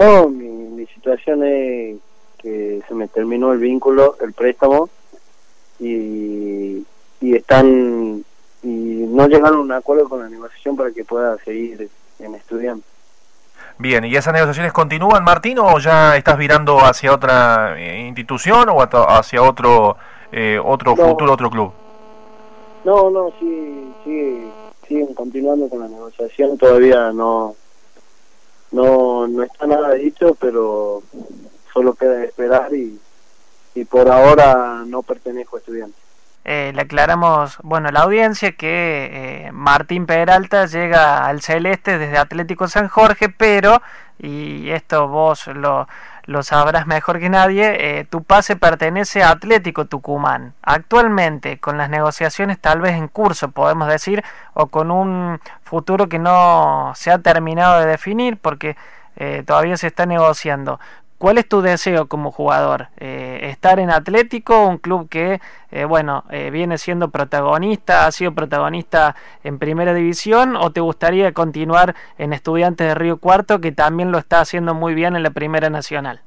No, mi situación es que se me terminó el vínculo, el préstamo, y no llegaron a un acuerdo con la negociación para que pueda seguir en estudiando. Bien, ¿y esas negociaciones continúan, Martín, o ya estás virando hacia otra institución o hacia otro No, futuro, otro club? no, sí, siguen continuando con la negociación, todavía no está nada dicho, pero solo queda esperar y por ahora no pertenezco a estudiantes. Le aclaramos, bueno, a la audiencia que Martín Peralta llega al Celeste desde Atlético San Jorge, pero, y esto vos lo sabrás mejor que nadie, tu pase pertenece a Atlético Tucumán. Actualmente, con las negociaciones tal vez en curso, podemos decir, o con un futuro que no se ha terminado de definir, porque todavía se está negociando. ¿Cuál es tu deseo como jugador? ¿Estar en Atlético, un club que viene siendo protagonista, ha sido protagonista en Primera División, o te gustaría continuar en Estudiantes de Río Cuarto, que también lo está haciendo muy bien en la Primera Nacional?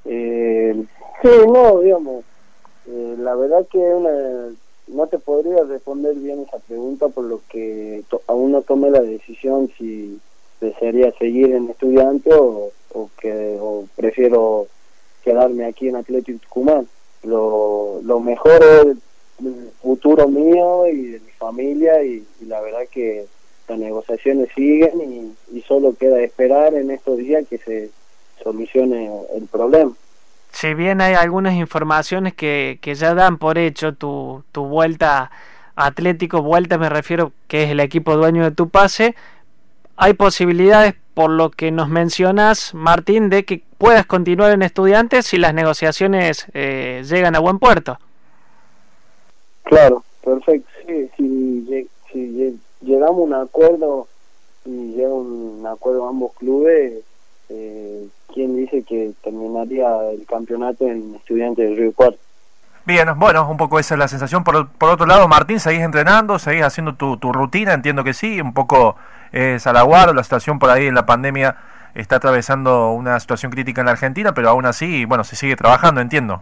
Sí, no, digamos, la verdad que no te podría responder bien esa pregunta, por lo que aún no tomé la decisión si desearía seguir en Estudiante o prefiero quedarme aquí en Atlético Tucumán. Lo mejor es el futuro mío y de mi familia, y la verdad que las negociaciones siguen y solo queda esperar en estos días que se solucione el problema. Si bien hay algunas informaciones que ya dan por hecho tu vuelta a Atlético, vuelta me refiero que es el equipo dueño de tu pase, hay posibilidades, por lo que nos mencionas, Martín, de que puedas continuar en Estudiantes si las negociaciones llegan a buen puerto. Claro, perfecto. Sí, si llegamos a un acuerdo y llega un acuerdo ambos clubes, ¿quién dice que terminaría el campeonato en Estudiantes de Río Cuarto? Bien, bueno, un poco esa es la sensación. Por otro lado, Martín, ¿seguís entrenando? ¿Seguís haciendo tu rutina? Entiendo que sí, un poco es a la guardia. La situación por ahí en la pandemia está atravesando una situación crítica en la Argentina, pero aún así, bueno, se sigue trabajando, entiendo.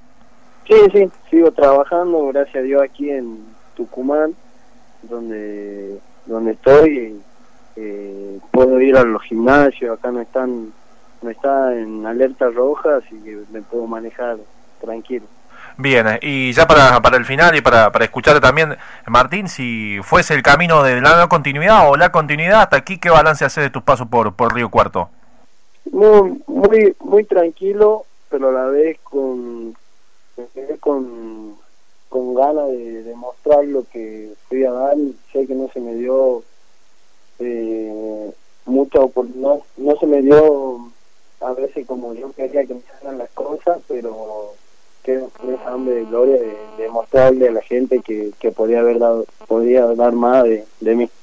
Sí, sigo trabajando, gracias a Dios, aquí en Tucumán, donde estoy. Puedo ir a los gimnasios, acá no está en alerta roja, así que me puedo manejar tranquilo. Bien, y ya para el final y para escucharte también, Martín, si fuese el camino de la no continuidad o la continuidad, hasta aquí, ¿qué balance haces de tus pasos por Río Cuarto? Muy tranquilo, pero a la vez con ganas de demostrar lo que fui a dar. Sé que no se me dio mucha oportunidad, no se me dio a veces como yo quería que me salgan las cosas, pero quedo con esa hambre de gloria de mostrarle a la gente que podía dar más de mí.